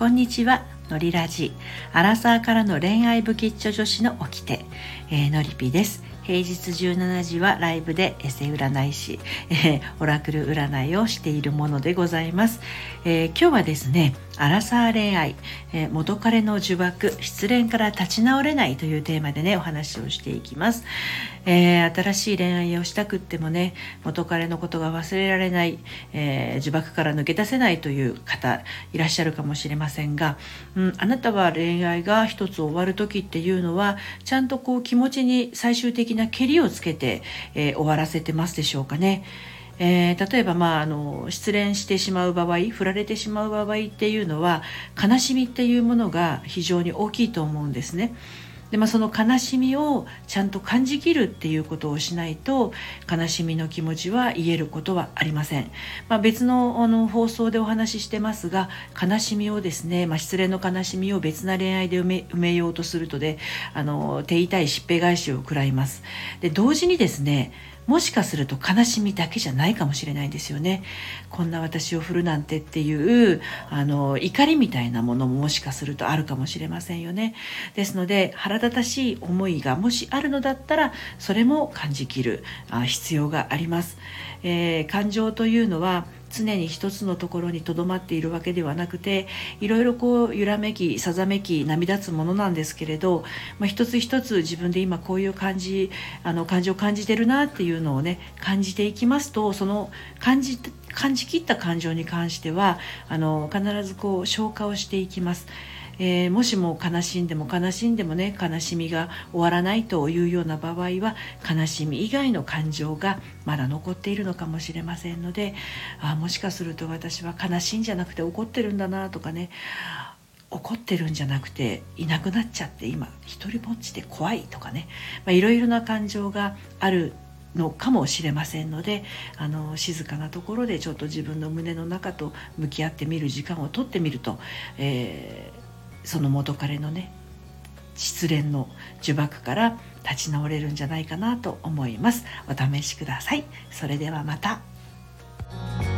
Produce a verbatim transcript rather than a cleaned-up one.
こんにちは。のりラジアラサーからの恋愛不吉祥女子の掟、えー、のりぴです。平日じゅうしちじはライブでエセ占い師、えー、オラクル占いをしているものでございます。えー、今日はですね、アラサー恋愛、えー、元彼の呪縛、失恋から立ち直れないというテーマでね、お話をしていきます。えー、新しい恋愛をしたくってもね、元彼のことが忘れられない、えー、呪縛から抜け出せないという方いらっしゃるかもしれませんが、うん、あなたは恋愛が一つ終わる時っていうのはちゃんとこう気持ちに最終的なケリをつけて、えー、終わらせてますでしょうかね。えー、例えば、まあ、あの失恋してしまう場合、振られてしまう場合っていうのは悲しみっていうものが非常に大きいと思うんですね。で、まあ、その悲しみをちゃんと感じきるっていうことをしないと、悲しみの気持ちは癒えることはありません。まあ、別の、あの放送でお話ししてますが、悲しみをですね、まあ、失恋の悲しみを別な恋愛で埋め、埋めようとするとで、あの手痛いしっぺ返しを食らいます。で、同時にですね、もしかすると悲しみだけじゃないかもしれないんですよね。こんな私を振るなんてっていうあの怒りみたいなものももしかするとあるかもしれませんよね。ですので、腹立たしい思いがもしあるのだったら、それも感じきるあ必要があります。えー、感情というのは常に一つのところにとどまっているわけではなくて、いろいろこう揺らめきさざめき波立つものなんですけれど、まあ、一つ一つ自分で今こういう感じあの感情を感じてるなっていうのをね、感じていきますと、その感じ感じきった感情に関してはあの必ずこう消化をしていきます。えー、もしも悲しんでも悲しんでもね、悲しみが終わらないというような場合は、悲しみ以外の感情がまだ残っているのかもしれませんので、あ、もしかすると私は悲しいんじゃなくて怒ってるんだなとかね、怒ってるんじゃなくていなくなっちゃって今一人ぼっちで怖いとかね、まあ、いろいろな感情があるのかもしれませんので、あの静かなところでちょっと自分の胸の中と向き合ってみる時間をとってみると、えーその元彼のね、失恋の呪縛から立ち直れるんじゃないかなと思います。お試しください。それではまた。